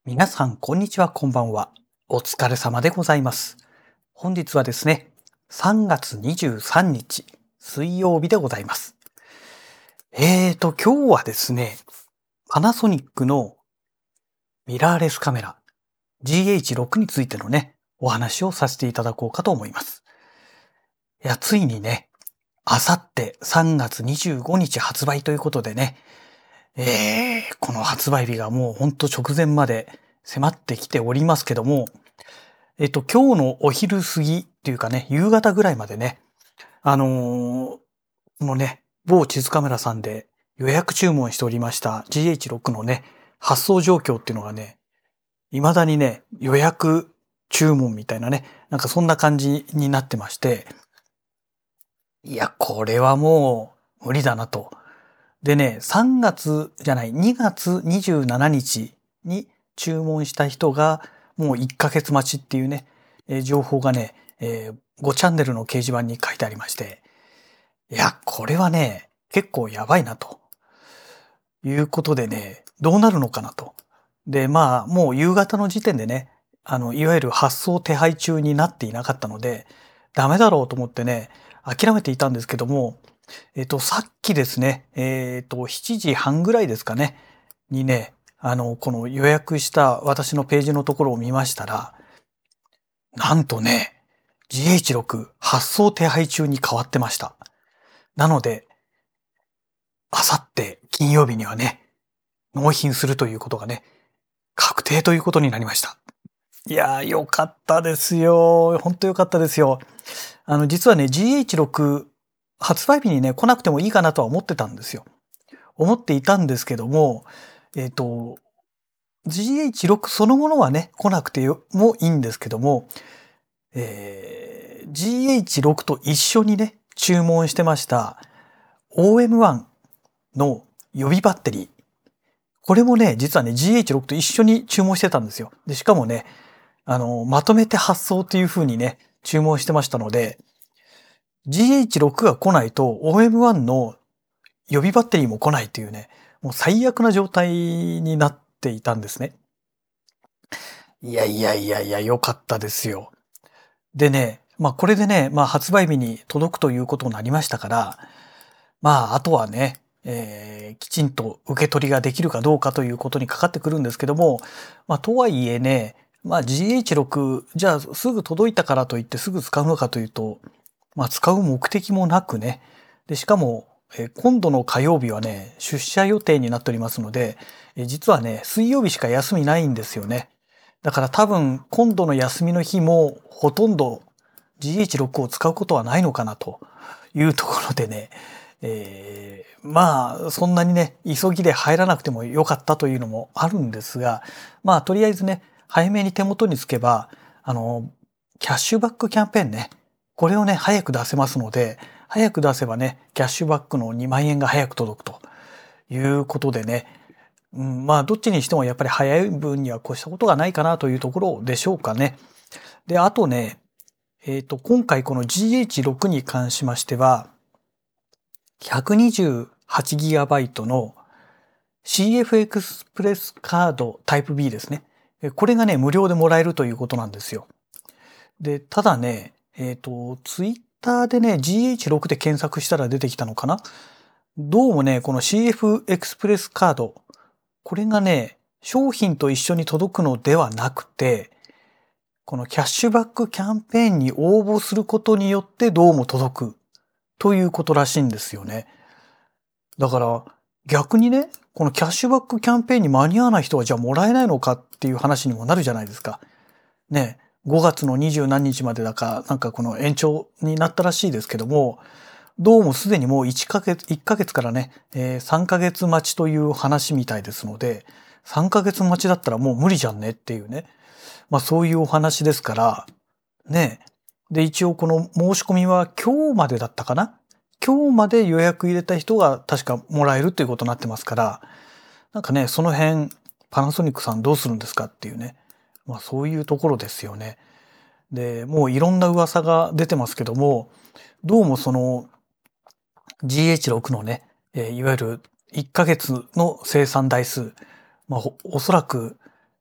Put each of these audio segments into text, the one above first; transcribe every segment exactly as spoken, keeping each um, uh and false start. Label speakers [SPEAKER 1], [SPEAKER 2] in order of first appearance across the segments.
[SPEAKER 1] 皆さん、こんにちは、こんばんは。お疲れ様でございます。本日はですね、さんがつにじゅうさんにち、水曜日でございます。えーと、今日はですね、パナソニックのミラーレスカメラ ジーエイチシックス についてのね、お話をさせていただこうかと思います。いや、ついにね、あさってさんがつにじゅうごにち発売ということでね、えー、この発売日がもうほんと直前まで迫ってきておりますけども、えっと、今日のお昼過ぎっていうかね、夕方ぐらいまでね、あのーこのね、某地図カメラさんで予約注文しておりました ジーエイチシックス のね、発送状況っていうのがね、未だにね、予約注文みたいなね、なんかそんな感じになってまして、いや、これはもう無理だなと。でね、さんがつじゃない、にがつにじゅうしちにちに注文した人がもういっかげつ待ちっていうね、えー情報がね、えーごチャンネルの掲示板に書いてありまして、いや、これはね、結構やばいなということでね、どうなるのかなと。で、まあ、もう夕方の時点でね、あの、いわゆる発送手配中になっていなかったので、ダメだろうと思ってね、諦めていたんですけども、えっと、さっきですね、えっと、しちじはんぐらいですかね、にね、あの、この予約した私のページのところを見ましたら、なんとね、ジーエイチシックス 発送手配中に変わってました。なので、あさって金曜日にはね、納品するということがね、確定ということになりました。いやー、よかったですよ。ほんとよかったですよ。あの、実はね、ジーエイチシックス 発売日にね、来なくてもいいかなとは思ってたんですよ。思っていたんですけども、えっと、ジーエイチシックス そのものはね、来なくてもいいんですけども、えー、ジーエイチシックス と一緒にね、注文してました オーエムワン の予備バッテリー。これもね、実はね、ジーエイチシックス と一緒に注文してたんですよ。で、しかもね、あの、まとめて発送っていう風にね、注文してましたので、ジーエイチシックス が来ないと オーエムワン の予備バッテリーも来ないっていうね、もう最悪な状態になっていたんですね。いやいやいやいや、良かったですよ。でね、まあこれでね、まあ発売日に届くということになりましたから、まああとはね、えー、きちんと受け取りができるかどうかということにかかってくるんですけども、まあとはいえね、まあ ジーエイチシックス、じゃあすぐ届いたからといってすぐ使うのかというと、まあ使う目的もなくね、で、しかも、えー今度の火曜日はね、出社予定になっておりますので、えー実はね、水曜日しか休みないんですよね。だから多分今度の休みの日もほとんど ジーエイチシックス を使うことはないのかなというところでね、えーまあそんなにね、急ぎで入らなくてもよかったというのもあるんですが、まあとりあえずね、早めに手元につけば、あの、キャッシュバックキャンペーンね、これをね、早く出せますので、早く出せばね、キャッシュバックのにまんえんが早く届くということでね、うん、まあ、どっちにしてもやっぱり早い分には越したことがないかなというところでしょうかね。で、あとね、えっと、今回この ジーエイチシックス に関しましては、ひゃくにじゅうはちギガバイト の シーエフ エクスプレスカードタイプ ビー ですね。これがね、無料でもらえるということなんですよ。で、ただね、えっと、ツイッターでね、ジーエイチシックス で検索したら出てきたのかな。どうもね、この シーエフ エクスプレスカード、これがね、商品と一緒に届くのではなくて、このキャッシュバックキャンペーンに応募することによってどうも届くということらしいんですよね。だから逆にね、このキャッシュバックキャンペーンに間に合わない人はじゃあもらえないのかっていう話にもなるじゃないですか。ね、ごがつのにじゅうなんにちまでだか、なんかこの延長になったらしいですけども、どうもすでにもういっかげつ、いっかげつからね、えー、さんかげつ待ちという話みたいですので、さんかげつ待ちだったらもう無理じゃんねっていうね。まあそういうお話ですから、ね。で、一応この申し込みは今日までだったかな。今日まで予約入れた人が確かもらえるっていうことになってますから、なんかね、その辺、パナソニックさんどうするんですかっていうね。まあそういうところですよね。で、もういろんな噂が出てますけども、どうもその ジーエイチシックス のね、えーいわゆるいっかげつの生産台数、まあ、おおそらく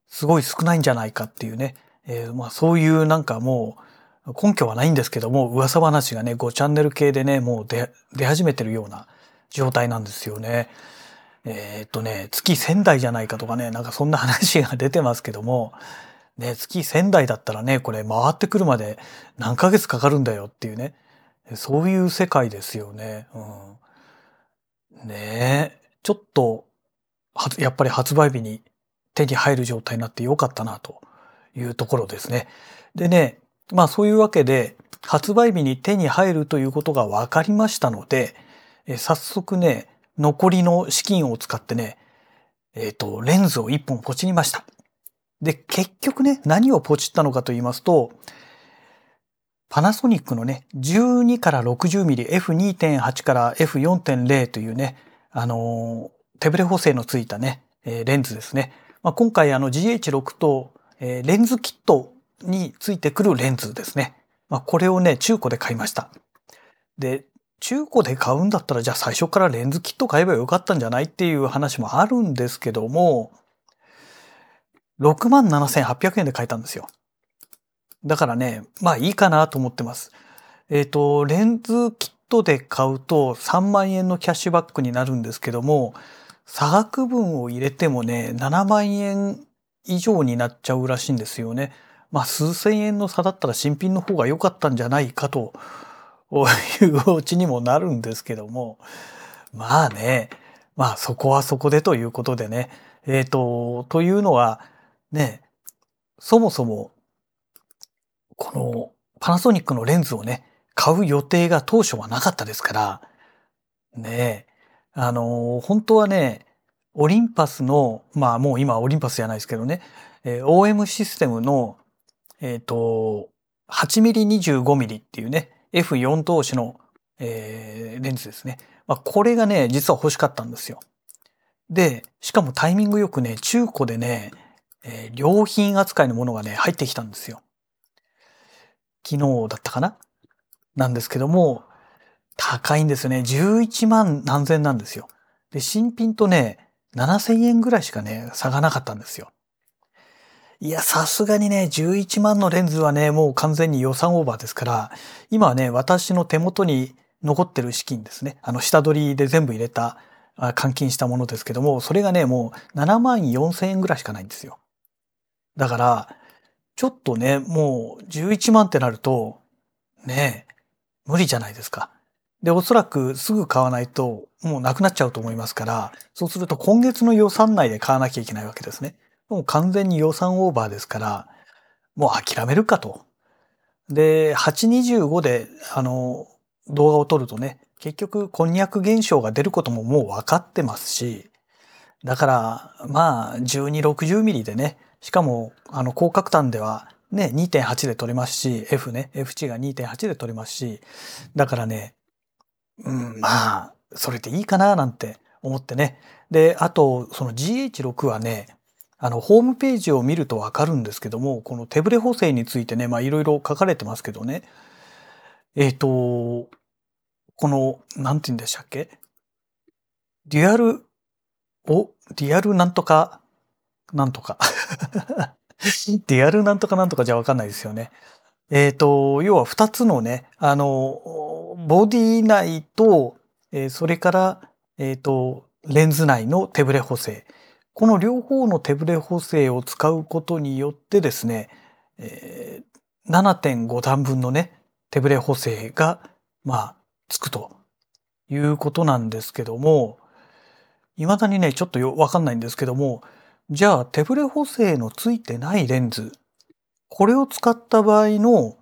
[SPEAKER 1] すごい少ないんじゃないかっていうね、えー、まあそういうなんかもう根拠はないんですけども、噂話がね、ごチャンネル系でね、もう出、出始めてるような状態なんですよね。えーっとね、月せんだいじゃないかとかね、なんかそんな話が出てますけども、ね、月せんだいだったらね、これ回ってくるまで何ヶ月かかるんだよっていうね、そういう世界ですよね。うん、ねえ、ちょっと、はやっぱり発売日に手に入る状態になってよかったなというところですね。でね、まあそういうわけで、発売日に手に入るということが分かりましたので、え早速ね、残りの資金を使ってね、えっと、レンズをいっぽんポチりました。で、結局ね、何をポチったのかと言いますと、パナソニックのね、じゅうにから ろくじゅうミリ、エフにてんはち から エフよんてんゼロ というね、あのー、手ブレ補正のついたね、えー、レンズですね。まあ、今回あの ジーエイチろく と、えー、レンズキットについてくるレンズですね。まあ、これをね、中古で買いました。で、中古で買うんだったら、じゃあ最初からレンズキット買えばよかったんじゃないっていう話もあるんですけども、ろくまんななせんはっぴゃくえんで買えたんですよ。だからね、まあいいかなと思ってます。えっと、レンズキットで買うとさんまんえんのキャッシュバックになるんですけども、差額分を入れてもね、ななまんえん以上になっちゃうらしいんですよね。まあ数千円の差だったら新品の方が良かったんじゃないかというお家にもなるんですけども、まあね、まあそこはそこでということでね、えっと、というのはね、そもそもこのパナソニックのレンズをね、買う予定が当初はなかったですから、ねえ、あの、本当はね、オリンパスの、まあもう今オリンパスじゃないですけどね、えー オーエム システムの、えっと、はちミリ、にじゅうごミリっていうね、エフよん 投資の、えーレンズですね。まあこれがね、実は欲しかったんですよ。で、しかもタイミングよくね、中古でね、えー良品扱いのものがね、入ってきたんですよ。昨日だったかななんですけども、高いんですよね。じゅういちまん何千なんですよ。で、新品とね、ななせんえんぐらいしかね、差がなかったんですよ。いや、さすがにね、じゅういちまんのレンズはね、もう完全に予算オーバーですから、今はね、私の手元に残ってる資金ですね。あの、下取りで全部入れた、あ換金したものですけども、それがね、もうななまんよんせんえんぐらいしかないんですよ。だから、ちょっとね、もうじゅういちまんってなると、ね、無理じゃないですか。で、おそらくすぐ買わないともうなくなっちゃうと思いますから、そうすると今月の予算内で買わなきゃいけないわけですね。もう完全に予算オーバーですから、もう諦めるかと。で、はちにじゅうごで、あの、動画を撮るとね、結局、こんにゃく現象が出ることももう分かってますし、だから、まあ、じゅうに、ろくじゅうミリでね、しかも、あの、広角端では、ね、にてんはち で撮れますし、F ね、エフ値が にてんはち で撮れますし、だからね、うん、まあ、それでいいかななんて思ってね。で、あと、その ジーエイチろく はね、あの、ホームページを見るとわかるんですけども、この手ブレ補正についてね、まあいろいろ書かれてますけどね。えっと、この、なんて言うんでしたっけデュアル、お、デュアルなんとか、なんとか。デュアルなんとかなんとかじゃわかんないですよね。えっと、要は二つのね、あの、ボディ内と、えーそれから、えっと、レンズ内の手ブレ補正。この両方の手ブレ補正を使うことによってですね、えーななてんご段分のね、手ブレ補正が、まあ、つくということなんですけども、未だにね、ちょっとよ、わかんないんですけども、じゃあ手ブレ補正のついてないレンズ、これを使った場合の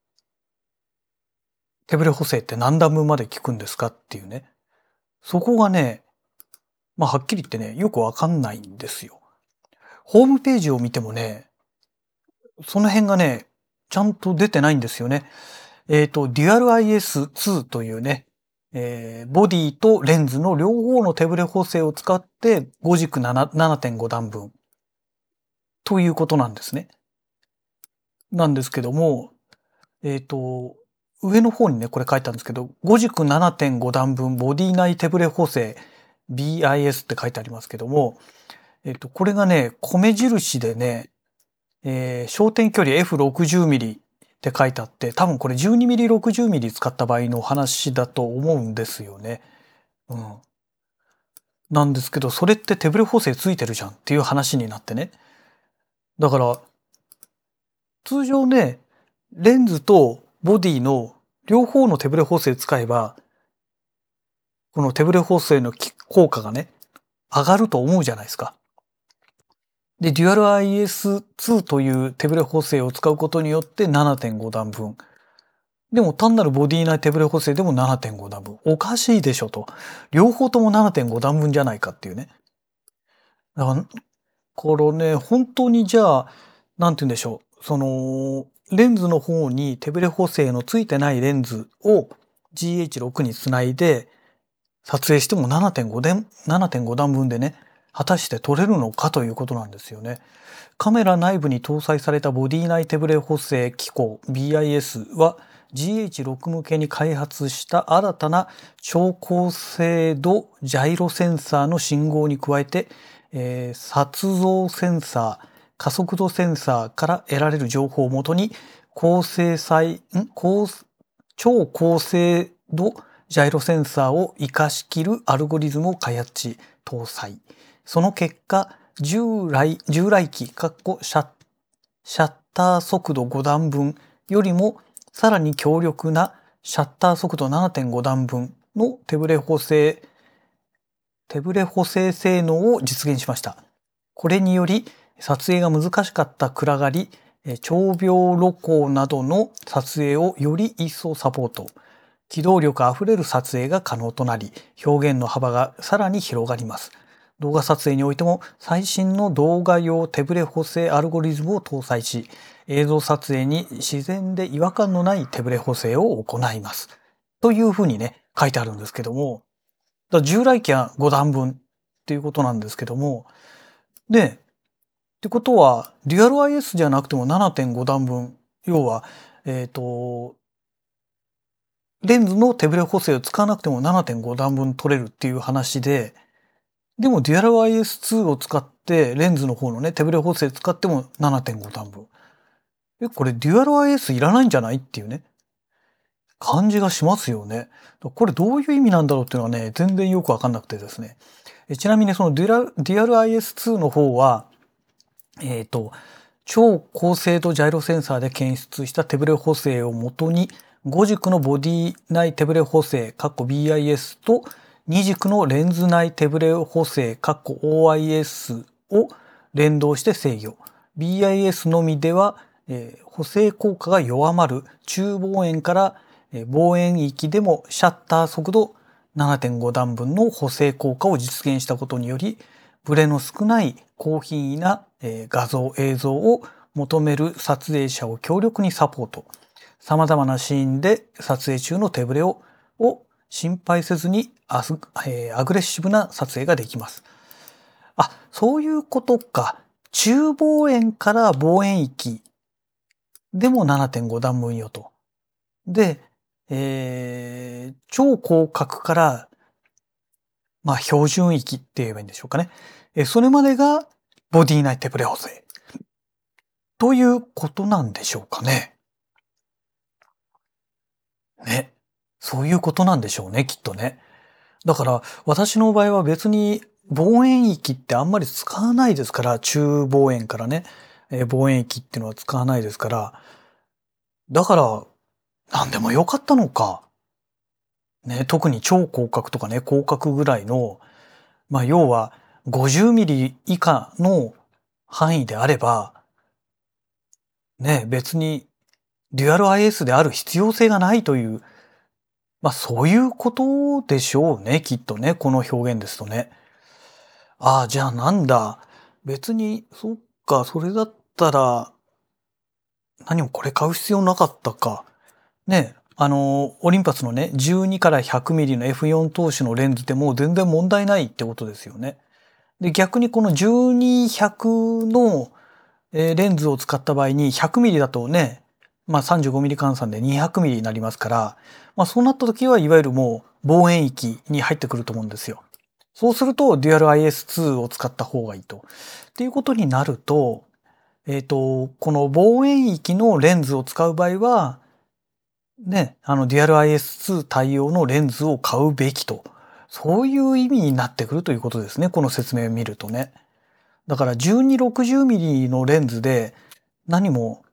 [SPEAKER 1] 手ブレ補正って何段分まで効くんですかっていうね。そこがね、まあはっきり言ってね、よくわかんないんですよ。ホームページを見てもね、その辺がね、ちゃんと出てないんですよね。えっと、デュアル アイエスツー というね、えーボディとレンズの両方の手ブレ補正を使ってご軸なな ななてんご段分ということなんですね。なんですけども、えっと、上の方にね、これ書いてあるんですけど、ご軸 ななてんご段分ボディ内手ブレ補正 ビーアイエス って書いてありますけども、 えっと、これがね、米印でね、えー焦点距離 エフろくじゅうミリ って書いてあって、多分これ じゅうにミリろくじゅうミリ 使った場合の話だと思うんですよね。うん。なんですけど、それって手ブレ補正ついてるじゃんっていう話になってね。だから、通常ね、レンズとボディの両方の手ブレ補正使えば、この手ブレ補正のき効果がね、上がると思うじゃないですか。で、デュアル アイエスツー という手ブレ補正を使うことによって ななてんご 段分。でも単なるボディ内手ブレ補正でも ななてんご 段分。おかしいでしょと。両方とも ななてんご 段分じゃないかっていうね。だから、これね、本当にじゃあ、なんて言うんでしょう。その、レンズの方に手ブレ補正のついてないレンズを ジーエイチろく につないで撮影しても ななてんご で、ななてんご 段分でね、果たして撮れるのかということなんですよね。カメラ内部に搭載されたボディ内手ブレ補正機構 ビーアイエス は ジーエイチろく 向けに開発した新たな超高精度ジャイロセンサーの信号に加えて、えー、撮像センサー、加速度センサーから得られる情報をもとに高精細、ん高超高精度ジャイロセンサーを活かしきるアルゴリズムを開発し搭載。その結果、従来、従来機、かっこシャッ、シャッター速度ご段分よりもさらに強力なシャッター速度 ななてんご 段分の手ブレ補正、手ブレ補正性能を実現しました。これにより、撮影が難しかった暗がり、長描露光などの撮影をより一層サポート。機動力あふれる撮影が可能となり、表現の幅がさらに広がります。動画撮影においても最新の動画用手ブレ補正アルゴリズムを搭載し、映像撮影に自然で違和感のない手ブレ補正を行います。というふうにね、書いてあるんですけども、だから従来機はご段分っていうことなんですけども、で、ってことは、デュアル アイエス じゃなくても ななてんご 段分、要は、えっと、レンズの手ブレ補正を使わなくても ななてんご 段分取れるっていう話で、でも デュアル アイエスツー を使って、レンズの方のね、手ブレ補正使っても ななてんご 段分。え、これデュアル アイエス いらないんじゃないっていうね、感じがしますよね。これどういう意味なんだろうっていうのはね、全然よくわかんなくてですね。ちなみにそのデュアル、デュアル アイエスツー の方は、えっと、超高精度ジャイロセンサーで検出した手ブレ補正をもとに、ご軸のボディ内手ブレ補正、ビーアイエス とに軸のレンズ内手ブレ補正、オーアイエス を連動して制御。ビーアイエス のみでは、えー、補正効果が弱まる中望遠から、えー、望遠域でもシャッター速度 ななてんご 段分の補正効果を実現したことにより、ブレの少ない高品位な画像、映像を求める撮影者を強力にサポート。様々なシーンで撮影中の手ブレをを心配せずにアス、えー、アグレッシブな撮影ができます。あ、そういうことか。中望遠から望遠域でも ななてんご 段分よと。で、えー、超広角からまあ、標準域って言えばいいんでしょうかね。え、それまでがボディ内手ブレ補正。ということなんでしょうかね。ね。そういうことなんでしょうね、きっとね。だから、私の場合は別に望遠域ってあんまり使わないですから、中望遠からね、え望遠域っていうのは使わないですから、だから、なんでもよかったのか。ね、特に超広角とかね、広角ぐらいの、まあ、要はごじゅうミリ以下の範囲であれば、ね、別にデュアル アイエス である必要性がないという、まあそういうことでしょうね、きっとね、この表現ですとね。ああ、じゃあなんだ。別に、そっか、それだったら、何もこれ買う必要なかったか。ね、あの、オリンパスのね、じゅうにからひゃくミリの エフよん 投資のレンズでも全然問題ないってことですよね。で、逆にこのじゅうに、ひゃくのレンズを使った場合に ひゃくミリ だとね、まあ さんじゅうごミリ 換算で にひゃくミリ になりますから、まあそうなった時はいわゆるもう望遠域に入ってくると思うんですよ。 そうすると、デュアル アイエスツー を使った方がいいと。っていうことになると、えっと、この望遠域のレンズを使う場合は、ね、あの、デュアル アイエスツー 対応のレンズを買うべきと。そういう意味になってくるということですね。この説明を見るとね。だからじゅうにろくじゅうミリのレンズで何も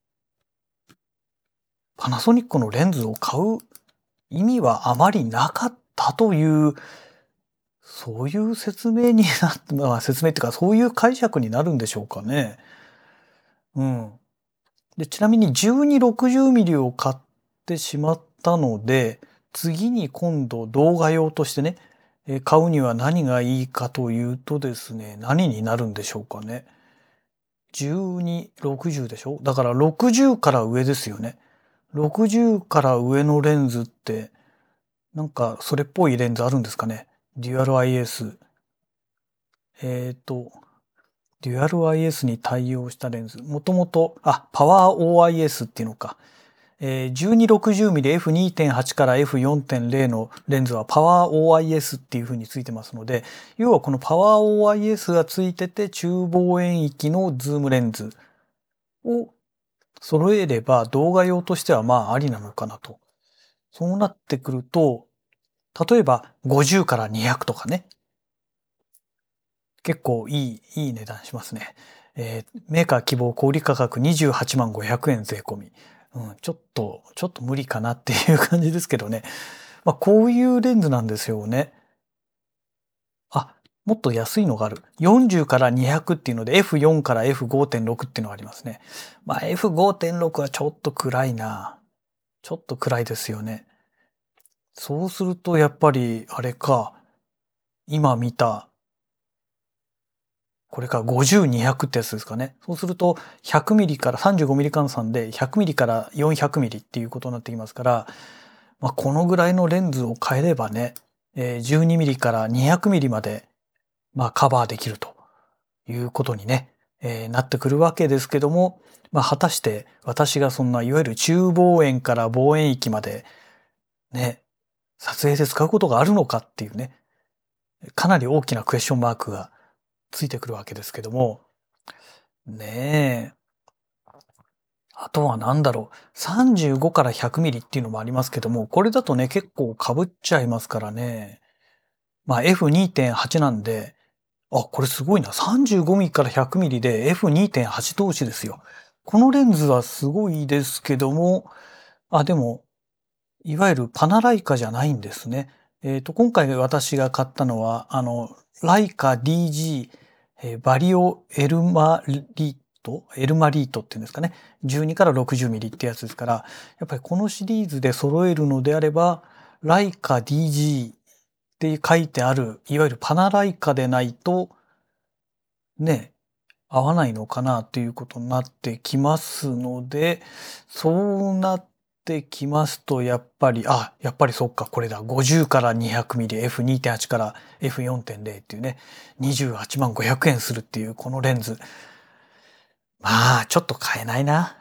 [SPEAKER 1] パナソニックのレンズを買う意味はあまりなかったという、そういう説明になって、まあ説明っていうかそういう解釈になるんでしょうかね。うん。で、ちなみにじゅうにろくじゅうミリを買ってしまったので、次に今度動画用としてね、え買うには何がいいかというとですね、何になるんでしょうかね。じゅうに、ろくじゅうでしょ？だからろくじゅうから上ですよね。ろくじゅうから上のレンズって、なんかそれっぽいレンズあるんですかね。デュアル アイエス。えっと、デュアル アイエス に対応したレンズ。もともと、あ、パワー オーアイエス っていうのか。えー、じゅうにろくじゅうミリエフにてんはち から エフよんてんゼロ のレンズはパワー オーアイエス っていう風についてますので、要はこのパワー オーアイエス がついてて中望遠域のズームレンズを揃えれば動画用としてはまあありなのかなと。そうなってくると、例えばごじゅうからにひゃくとかね。結構いい、いい値段しますね。えー、メーカー希望小売価格にじゅうはちまんごひゃくえん税込み。うん、ちょっと、ちょっと無理かなっていう感じですけどね。まあ、こういうレンズなんですよね。あ、もっと安いのがある。よんじゅうからにひゃくっていうので エフよん から エフごてんろく っていうのがありますね。まあ エフごてんろく はちょっと暗いな。ちょっと暗いですよね。そうするとやっぱりあれか、今見たこれかごじゅう、にひゃくってやつですかね。そうするとひゃくミリからさんじゅうごミリ換算でひゃくミリからよんひゃくミリっていうことになってきますから、まあ、このぐらいのレンズを変えればね、じゅうにミリからにひゃくミリまでまあカバーできるということにね、えー、なってくるわけですけども、まあ果たして私がそんないわゆる中望遠から望遠域までね、撮影で使うことがあるのかっていうね、かなり大きなクエスチョンマークがついてくるわけですけども、ねえ。あとは何だろう。さんじゅうごからひゃくミリっていうのもありますけども、これだとね、結構被っちゃいますからね。まあ エフにてんはち なんで、あ、これすごいな。さんじゅうごミリからひゃくミリで エフにてんはち 同士ですよ。このレンズはすごいですけども、あ、でも、いわゆるパナライカじゃないんですね。えっと、今回私が買ったのは、あの、ライカ ディージー、えーバリオエルマリート、エルマリートっていうんですかね。じゅうにからろくじゅうミリってやつですから、やっぱりこのシリーズで揃えるのであれば、ライカ ディージー って書いてある、いわゆるパナライカでないと、ね、合わないのかなということになってきますので、そうなってきますと、やっぱり、あ、やっぱりそっか、これだ。ごじゅうからにひゃくミリ、エフにてんはち から エフよんてんゼロ っていうね、にじゅうはちまんごひゃくえんするっていうこのレンズ。まあ、ちょっと買えないな。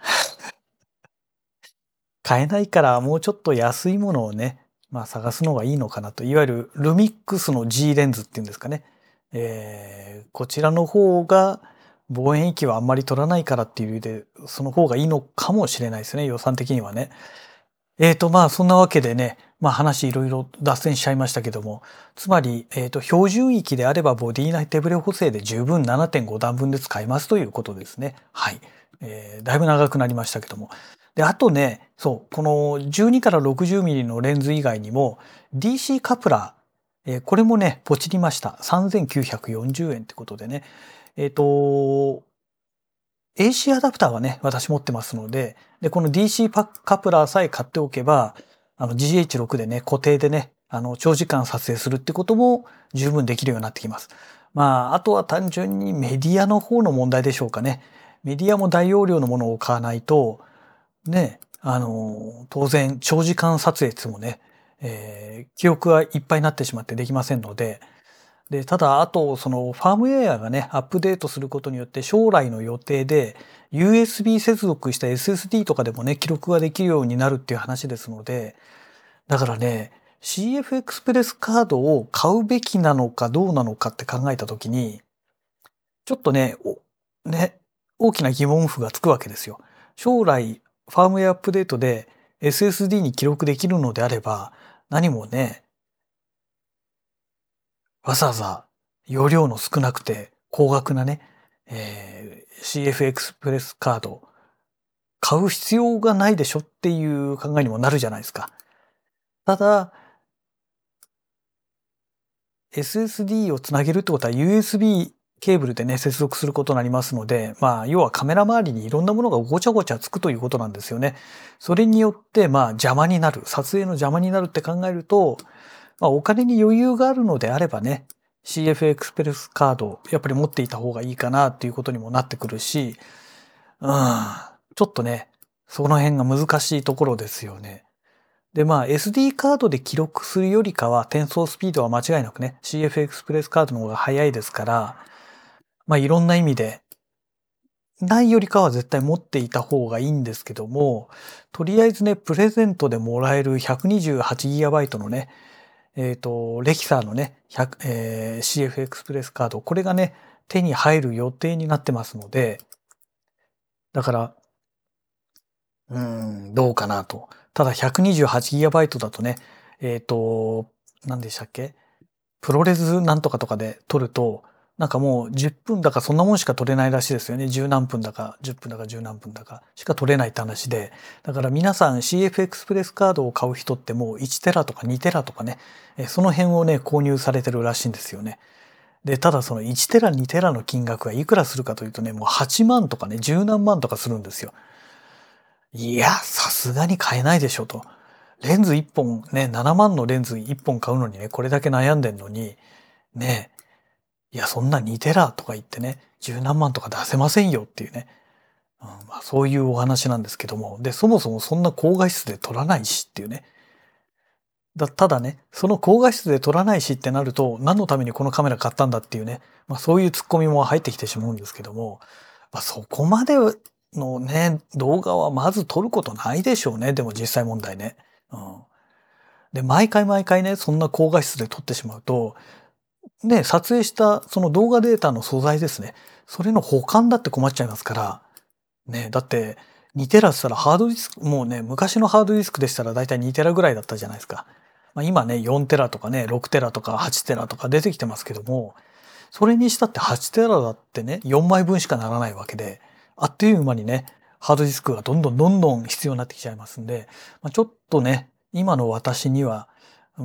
[SPEAKER 1] 買えないからもうちょっと安いものをね、まあ探すのがいいのかなと。いわゆるルミックスの G レンズっていうんですかね。えー、こちらの方が望遠域はあんまり取らないからっていう理由で、その方がいいのかもしれないですね。予算的にはね。えーと、まあそんなわけでね、まあ話いろいろ脱線しちゃいましたけども、つまり、えーと、標準域であればボディ内手ブレ補正で十分 ななてんご 段分で使えますということですね。はい。えー、だいぶ長くなりましたけども。で、あとね、そう、このじゅうにからろくじゅうミリのレンズ以外にも ディーシー カプラー、えーこれもね、ポチりました。さんぜんきゅうひゃくよんじゅうえんってことでね。えっ、と、エーシー アダプターはね、私持ってますので、で、この ディーシー パカプラーさえ買っておけば、あの ジーエイチシックス でね、固定でね、あの、長時間撮影するってことも十分できるようになってきます。まあ、あとは単純にメディアの方の問題でしょうかね。メディアも大容量のものを買わないと、ね、あの、当然長時間撮影ってもね、えー記憶がいっぱいになってしまってできませんので、で、ただ、あと、その、ファームウェアがね、アップデートすることによって、将来の予定で、ユーエスビー 接続した エスエスディー とかでもね、記録ができるようになるっていう話ですので、だからね、 シーエフ エクスプレスカードを買うべきなのかどうなのかって考えたときに、ちょっとね、ね、大きな疑問符がつくわけですよ。将来、ファームウェアアップデートで エスエスディー に記録できるのであれば、何もね、わざわざ容量の少なくて高額なね、えー、シーエフ エクスプレスカード買う必要がないでしょっていう考えにもなるじゃないですか。ただ、エスエスディー をつなげるってことは ユーエスビー ケーブルでね、接続することになりますので、まあ、要はカメラ周りにいろんなものがごちゃごちゃつくということなんですよね。それによって、まあ、邪魔になる。撮影の邪魔になるって考えると、まあ、お金に余裕があるのであればね、シーエフ エクスプレスカード、やっぱり持っていた方がいいかなっていうことにもなってくるし、うん、ちょっとね、その辺が難しいところですよね。で、まあ エスディー カードで記録するよりかは転送スピードは間違いなくね、シーエフ エクスプレスカードの方が速いですから、まあいろんな意味で、ないよりかは絶対持っていた方がいいんですけども、とりあえずね、プレゼントでもらえる ひゃくにじゅうはちギガバイト のね、えっ、と、レキサーのね、えー、シーエフ エクスプレスカード、これがね、手に入る予定になってますので、だから、うーん、どうかなと。ただ ひゃくにじゅうはちギガバイト だとね、えっ、と、何でしたっけ？プロレスなんとかとかで撮ると、なんかもうじゅっぷんだかそんなもんしか撮れないらしいですよね。十何分だか、じゅっぷんだか十何分だかしか撮れないって話で。だから皆さん シーエフ エクスプレスカードを買う人ってもういちテラとかにテラとかね、その辺をね、購入されてるらしいんですよね。で、ただそのいちテラ、にテラの金額がいくらするかというとね、もうはちまんとかね、十何万とかするんですよ。いや、さすがに買えないでしょと。レンズいっぽんね、ななまんのレンズいっぽん買うのにね、これだけ悩んでんのに、ね、いや、そんなにテラとか言ってね、十何万とか出せませんよっていうね。うん、まあ、そういうお話なんですけども。で、そもそもそんな高画質で撮らないしっていうね。だ、ただね、その高画質で撮らないしってなると、何のためにこのカメラ買ったんだっていうね、まあそういうツッコミも入ってきてしまうんですけども、まあそこまでのね、動画はまず撮ることないでしょうね。でも実際問題ね。うん。で、毎回毎回ね、そんな高画質で撮ってしまうと、ね、撮影したその動画データの素材ですね。それの保管だって困っちゃいますから、ね、だってにテラしたらハードディスク、もうね、昔のハードディスクでしたらだいたいにテラぐらいだったじゃないですか。まあ、今ね、よんテラとかね、ろくテラとかはちテラとか出てきてますけども、それにしたってはちテラだってね、よんまいぶんしかならないわけで、あっという間にね、ハードディスクがどんどんどんどん必要になってきちゃいますんで、まあ、ちょっとね、今の私には、うん、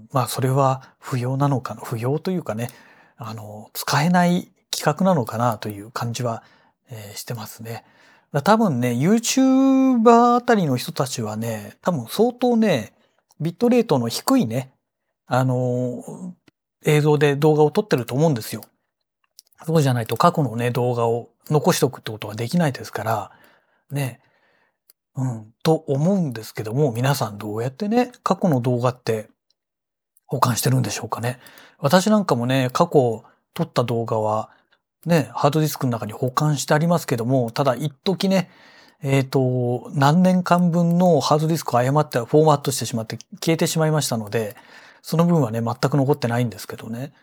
[SPEAKER 1] まあそれは不要なのかな、不要というかね、あの、使えない企画なのかなという感じは、えーしてますね。多分ね、YouTuber あたりの人たちはね、多分相当ね、ビットレートの低いね、あの、映像で動画を撮ってると思うんですよ。そうじゃないと過去のね、動画を残しておくってことはできないですから、ね、うん、と思うんですけども、皆さんどうやってね、過去の動画って保管してるんでしょうかね。私なんかもね、過去撮った動画は、ね、ハードディスクの中に保管してありますけども、ただ一時ね、えっと、何年間分のハードディスクを誤ってフォーマットしてしまって消えてしまいましたので、その分はね、全く残ってないんですけどね。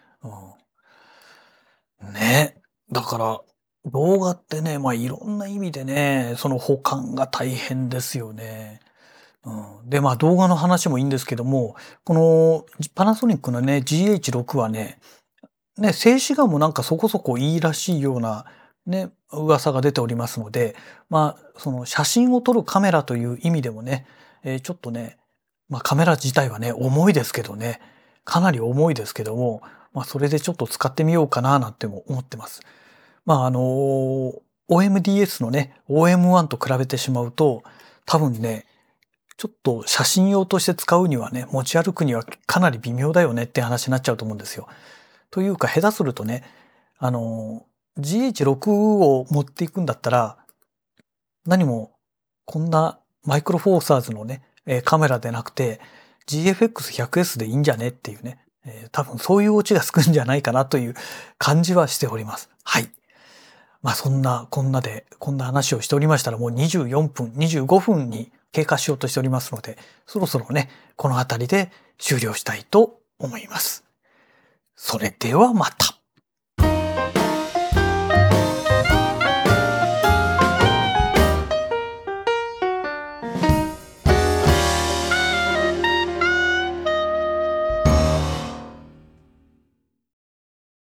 [SPEAKER 1] うん、ね。だから、動画ってね、まあいろんな意味でね、その保管が大変ですよね。うん、で、まあ動画の話もいいんですけども、このパナソニックのね、ジーエイチシックス はね、ね、静止画もなんかそこそこいいらしいようなね、噂が出ておりますので、まあ、その写真を撮るカメラという意味でもね、えーちょっとね、まあカメラ自体はね、重いですけどね、かなり重いですけども、まあそれでちょっと使ってみようかななんても思ってます。まああのー、オーエムディーエス のね、オーエムワン と比べてしまうと、多分ね、ちょっと写真用として使うにはね、持ち歩くにはかなり微妙だよねって話になっちゃうと思うんですよ。というか、下手するとね、あの、ジーエイチシックス を持っていくんだったら、何もこんなマイクロフォーサーズのね、えーカメラでなくて、ジーエフエックスひゃくエス でいいんじゃねっていうね、えー多分そういうオチがつくんじゃないかなという感じはしております。はい。まあそんな、こんなで、こんな話をしておりましたらもうにじゅうよんぷん、にじゅうごふんに経過しようとしておりますので、そろそろね、この辺りで終了したいと思います。それではまた。